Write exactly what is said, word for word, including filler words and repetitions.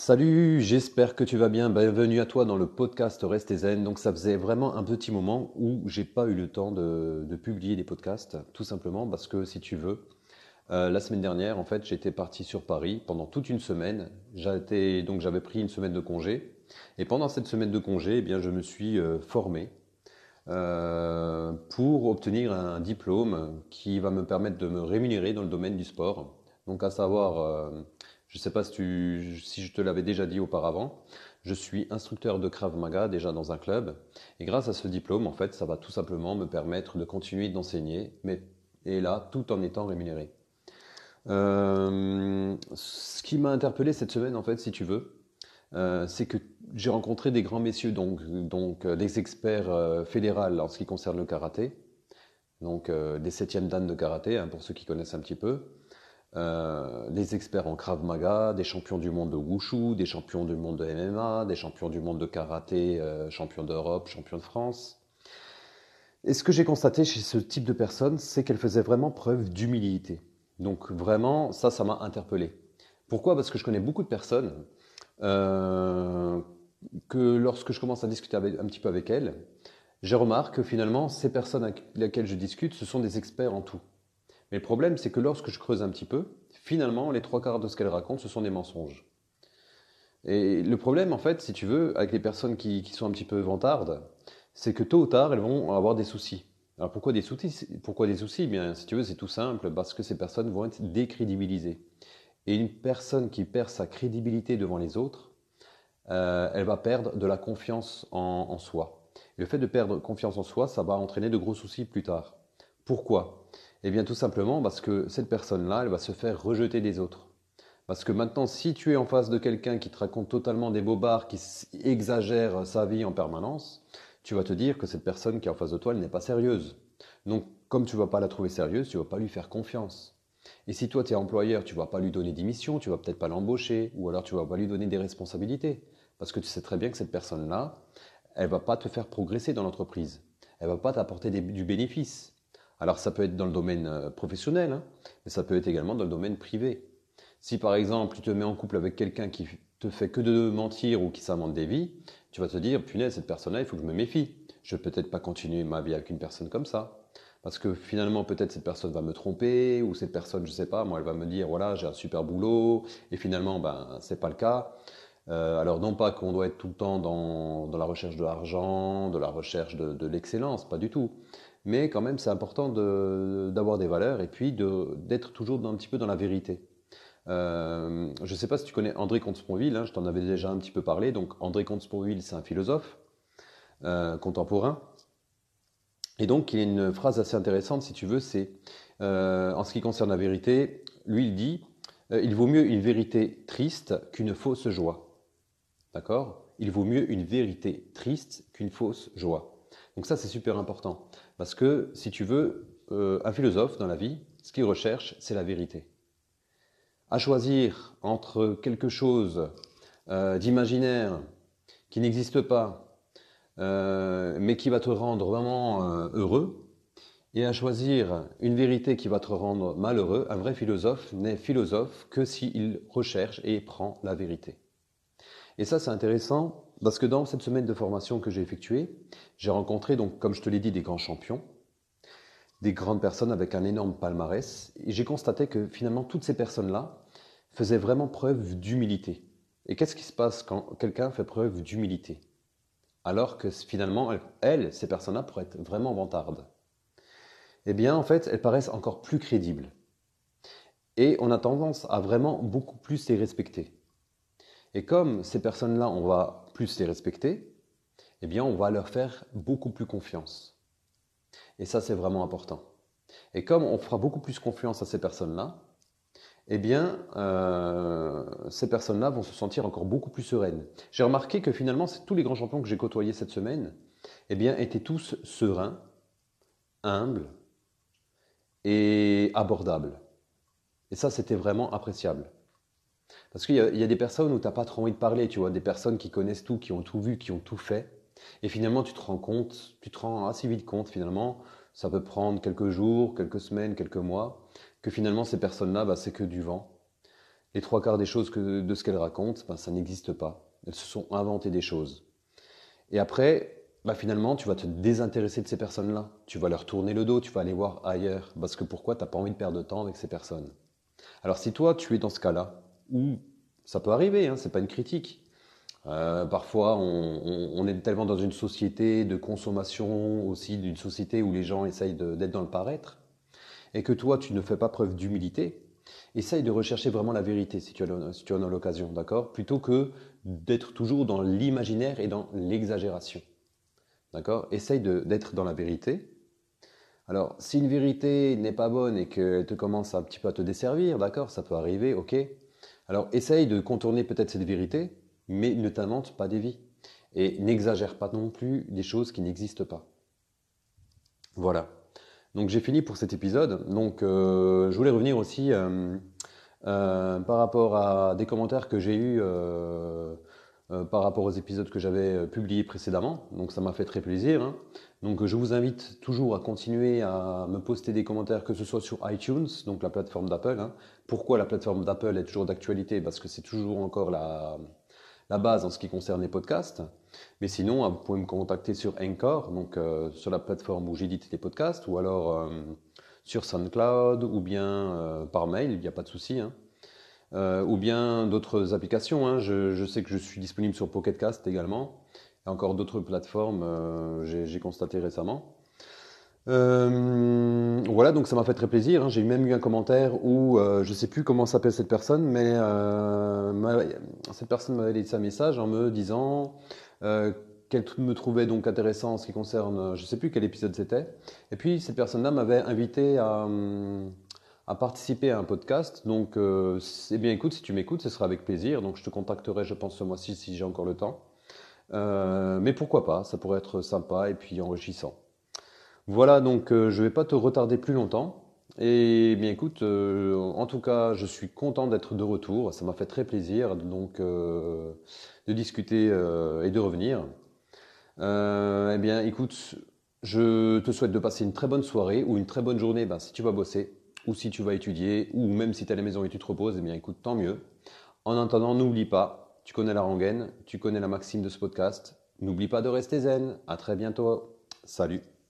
Salut, j'espère que tu vas bien. Bienvenue à toi dans le podcast Restez Zen. Donc ça faisait vraiment un petit moment où j'ai pas eu le temps de, de publier des podcasts, tout simplement parce que si tu veux, euh, la semaine dernière, en fait, j'étais parti sur Paris pendant toute une semaine. J'étais, donc j'avais pris une semaine de congé. Et pendant cette semaine de congé, eh bien, je me suis euh, formé euh, pour obtenir un diplôme qui va me permettre de me rémunérer dans le domaine du sport. Donc à savoir, euh, je ne sais pas si, tu, si je te l'avais déjà dit auparavant, je suis instructeur de Krav Maga déjà dans un club. Et grâce à ce diplôme, en fait, ça va tout simplement me permettre de continuer d'enseigner, mais et là, tout en étant rémunéré. Euh, ce qui m'a interpellé cette semaine, en fait, si tu veux, euh, c'est que j'ai rencontré des grands messieurs, donc, donc euh, des experts euh, fédérales en ce qui concerne le karaté, donc euh, des septièmes dan de karaté, hein, pour ceux qui connaissent un petit peu, euh, des experts en Krav Maga, des champions du monde de Wushu, des champions du monde de M M A, des champions du monde de karaté, euh, champions d'Europe, champions de France. Et ce que j'ai constaté chez ce type de personnes, c'est qu'elles faisaient vraiment preuve d'humilité. Donc vraiment, ça, ça m'a interpellé. Pourquoi? Parce que je connais beaucoup de personnes euh, que lorsque je commence à discuter avec- un petit peu avec elles, je remarque que finalement, ces personnes avec lesquelles je discute, ce sont des experts en tout. Mais le problème, c'est que lorsque je creuse un petit peu, finalement, les trois quarts de ce qu'elles racontent, ce sont des mensonges. Et le problème, en fait, si tu veux, avec les personnes qui, qui sont un petit peu vantardes, c'est que tôt ou tard, elles vont avoir des soucis. Alors pourquoi des soucis? Pourquoi des soucis? Eh bien, si tu veux, c'est tout simple, parce que ces personnes vont être décrédibilisées. Et une personne qui perd sa crédibilité devant les autres, euh, elle va perdre de la confiance en, en soi. Et le fait de perdre confiance en soi, ça va entraîner de gros soucis plus tard. Pourquoi? Eh bien, tout simplement parce que cette personne-là, elle va se faire rejeter des autres. Parce que maintenant, si tu es en face de quelqu'un qui te raconte totalement des bobards, qui exagère sa vie en permanence, tu vas te dire que cette personne qui est en face de toi, elle n'est pas sérieuse. Donc, comme tu ne vas pas la trouver sérieuse, tu ne vas pas lui faire confiance. Et si toi, tu es employeur, tu ne vas pas lui donner d'émission, tu ne vas peut-être pas l'embaucher, ou alors tu ne vas pas lui donner des responsabilités. Parce que tu sais très bien que cette personne-là, elle ne va pas te faire progresser dans l'entreprise. Elle ne va pas t'apporter des- du bénéfice. Alors ça peut être dans le domaine euh, professionnel, hein, mais ça peut être également dans le domaine privé. Si par exemple tu te mets en couple avec quelqu'un qui te fait que de mentir ou qui s'invente des vies, tu vas te dire, punaise, cette personne-là, il faut que je me méfie. Je vais peut-être pas continuer ma vie avec une personne comme ça. Parce que finalement, peut-être cette personne va me tromper, ou cette personne, je sais pas, moi, elle va me dire, voilà, j'ai un super boulot, et finalement, ben, c'est pas le cas. Euh, alors, non pas qu'on doit être tout le temps dans, dans la recherche de l'argent, de la recherche de, de l'excellence, pas du tout. Mais quand même, c'est important de- d'avoir des valeurs et puis de- d'être toujours dans- un petit peu dans la vérité. Euh, je ne sais pas si tu connais André Comte-Sponville, hein, je t'en avais déjà un petit peu parlé. Donc, André Comte-Sponville, c'est un philosophe euh, contemporain. Et donc, il y a une phrase assez intéressante, si tu veux, c'est euh, en ce qui concerne la vérité, lui, il dit euh, il vaut mieux une vérité triste qu'une fausse joie. D'accord? Il vaut mieux une vérité triste qu'une fausse joie. Donc, ça, c'est super important. Parce que, si tu veux, euh, un philosophe dans la vie, ce qu'il recherche, c'est la vérité. À choisir entre quelque chose euh, d'imaginaire qui n'existe pas, euh, mais qui va te rendre vraiment euh, heureux, et à choisir une vérité qui va te rendre malheureux, un vrai philosophe n'est philosophe que s'il recherche et prend la vérité. Et ça, c'est intéressant parce que dans cette semaine de formation que j'ai effectuée, j'ai rencontré, donc, comme je te l'ai dit, des grands champions, des grandes personnes avec un énorme palmarès, et j'ai constaté que finalement, toutes ces personnes-là faisaient vraiment preuve d'humilité. Et qu'est-ce qui se passe quand quelqu'un fait preuve d'humilité? Alors que finalement, elles, ces personnes-là, pourraient être vraiment vantardes. Eh bien, en fait, elles paraissent encore plus crédibles. Et on a tendance à vraiment beaucoup plus les respecter. Et comme ces personnes-là, on va plus les respecter, eh bien, on va leur faire beaucoup plus confiance. Et ça, c'est vraiment important. Et comme on fera beaucoup plus confiance à ces personnes-là, eh bien, euh, ces personnes-là vont se sentir encore beaucoup plus sereines. J'ai remarqué que finalement, tous les grands champions que j'ai côtoyés cette semaine, eh bien, étaient tous sereins, humbles et abordables. Et ça, c'était vraiment appréciable. Parce qu'il y a, il y a des personnes où tu n'as pas trop envie de parler, tu vois, des personnes qui connaissent tout, qui ont tout vu, qui ont tout fait. Et finalement, tu te rends compte, tu te rends assez vite compte, finalement, ça peut prendre quelques jours, quelques semaines, quelques mois, que finalement, ces personnes-là, bah, c'est que du vent. Les trois quarts des choses que, de ce qu'elles racontent, ben, ça n'existe pas. Elles se sont inventées des choses. Et après, bah finalement, tu vas te désintéresser de ces personnes-là. Tu vas leur tourner le dos, tu vas aller voir ailleurs. Parce que pourquoi tu n'as pas envie de perdre de temps avec ces personnes? Alors si toi, tu es dans ce cas-là, ou ça peut arriver, hein, c'est pas une critique. Euh, parfois, on, on- on est tellement dans une société de consommation, aussi d'une société où les gens essayent de- d'être dans le paraître, et que toi, tu ne fais pas preuve d'humilité. Essaye de rechercher vraiment la vérité si tu as, si tu en as l'occasion, d'accord? Plutôt que d'être toujours dans l'imaginaire et dans l'exagération. D'accord? Essaye de- d'être dans la vérité. Alors, si une vérité n'est pas bonne et qu'elle te commence un petit peu à te desservir, d'accord? Ça peut arriver, ok? Alors, essaye de contourner peut-être cette vérité, mais ne t'invente pas des vies. Et n'exagère pas non plus des choses qui n'existent pas. Voilà. Donc, j'ai fini pour cet épisode. Donc, euh, je voulais revenir aussi euh, euh, par rapport à des commentaires que j'ai eus euh, euh, par rapport aux épisodes que j'avais euh, publiés précédemment. Donc ça m'a fait très plaisir, hein. Donc je vous invite toujours à continuer à me poster des commentaires, que ce soit sur iTunes, donc la plateforme d'Apple, hein. Pourquoi la plateforme d'Apple est toujours d'actualité? Parce que c'est toujours encore la, la base en ce qui concerne les podcasts. Mais sinon, hein, vous pouvez me contacter sur Anchor, donc euh, sur la plateforme où j'édite les podcasts, ou alors euh, sur SoundCloud, ou bien euh, par mail, il n'y a pas de souci, hein. Euh, ou bien d'autres applications, hein. Je, je sais que je suis disponible sur Pocket Cast également, et encore d'autres plateformes, euh, j'ai j'ai constaté récemment. Euh, voilà, donc ça m'a fait très plaisir, hein. J'ai même eu un commentaire où euh, je ne sais plus comment s'appelle cette personne, mais euh, m'a- cette personne m'avait laissé un message en me disant euh, qu'elle me trouvait donc intéressant en ce qui concerne, je ne sais plus quel épisode c'était. Et puis cette personne-là m'avait invité à, hum, à participer à un podcast. Donc, euh, eh bien, écoute, si tu m'écoutes, ce sera avec plaisir. Donc, je te contacterai, je pense, ce mois-ci si j'ai encore le temps. Euh, mais pourquoi pas, ça pourrait être sympa et puis enrichissant. Voilà, donc euh, je ne vais pas te retarder plus longtemps. Et bien écoute, euh, en tout cas, je suis content d'être de retour. Ça m'a fait très plaisir donc euh, de discuter euh, et de revenir. Euh, eh bien écoute, je te souhaite de passer une très bonne soirée ou une très bonne journée ben, si tu vas bosser ou si tu vas étudier ou même si tu es à la maison et tu te reposes. Eh bien écoute, tant mieux. En attendant, n'oublie pas, tu connais la rengaine, tu connais la maxime de ce podcast. N'oublie pas de rester zen. À très bientôt. Salut.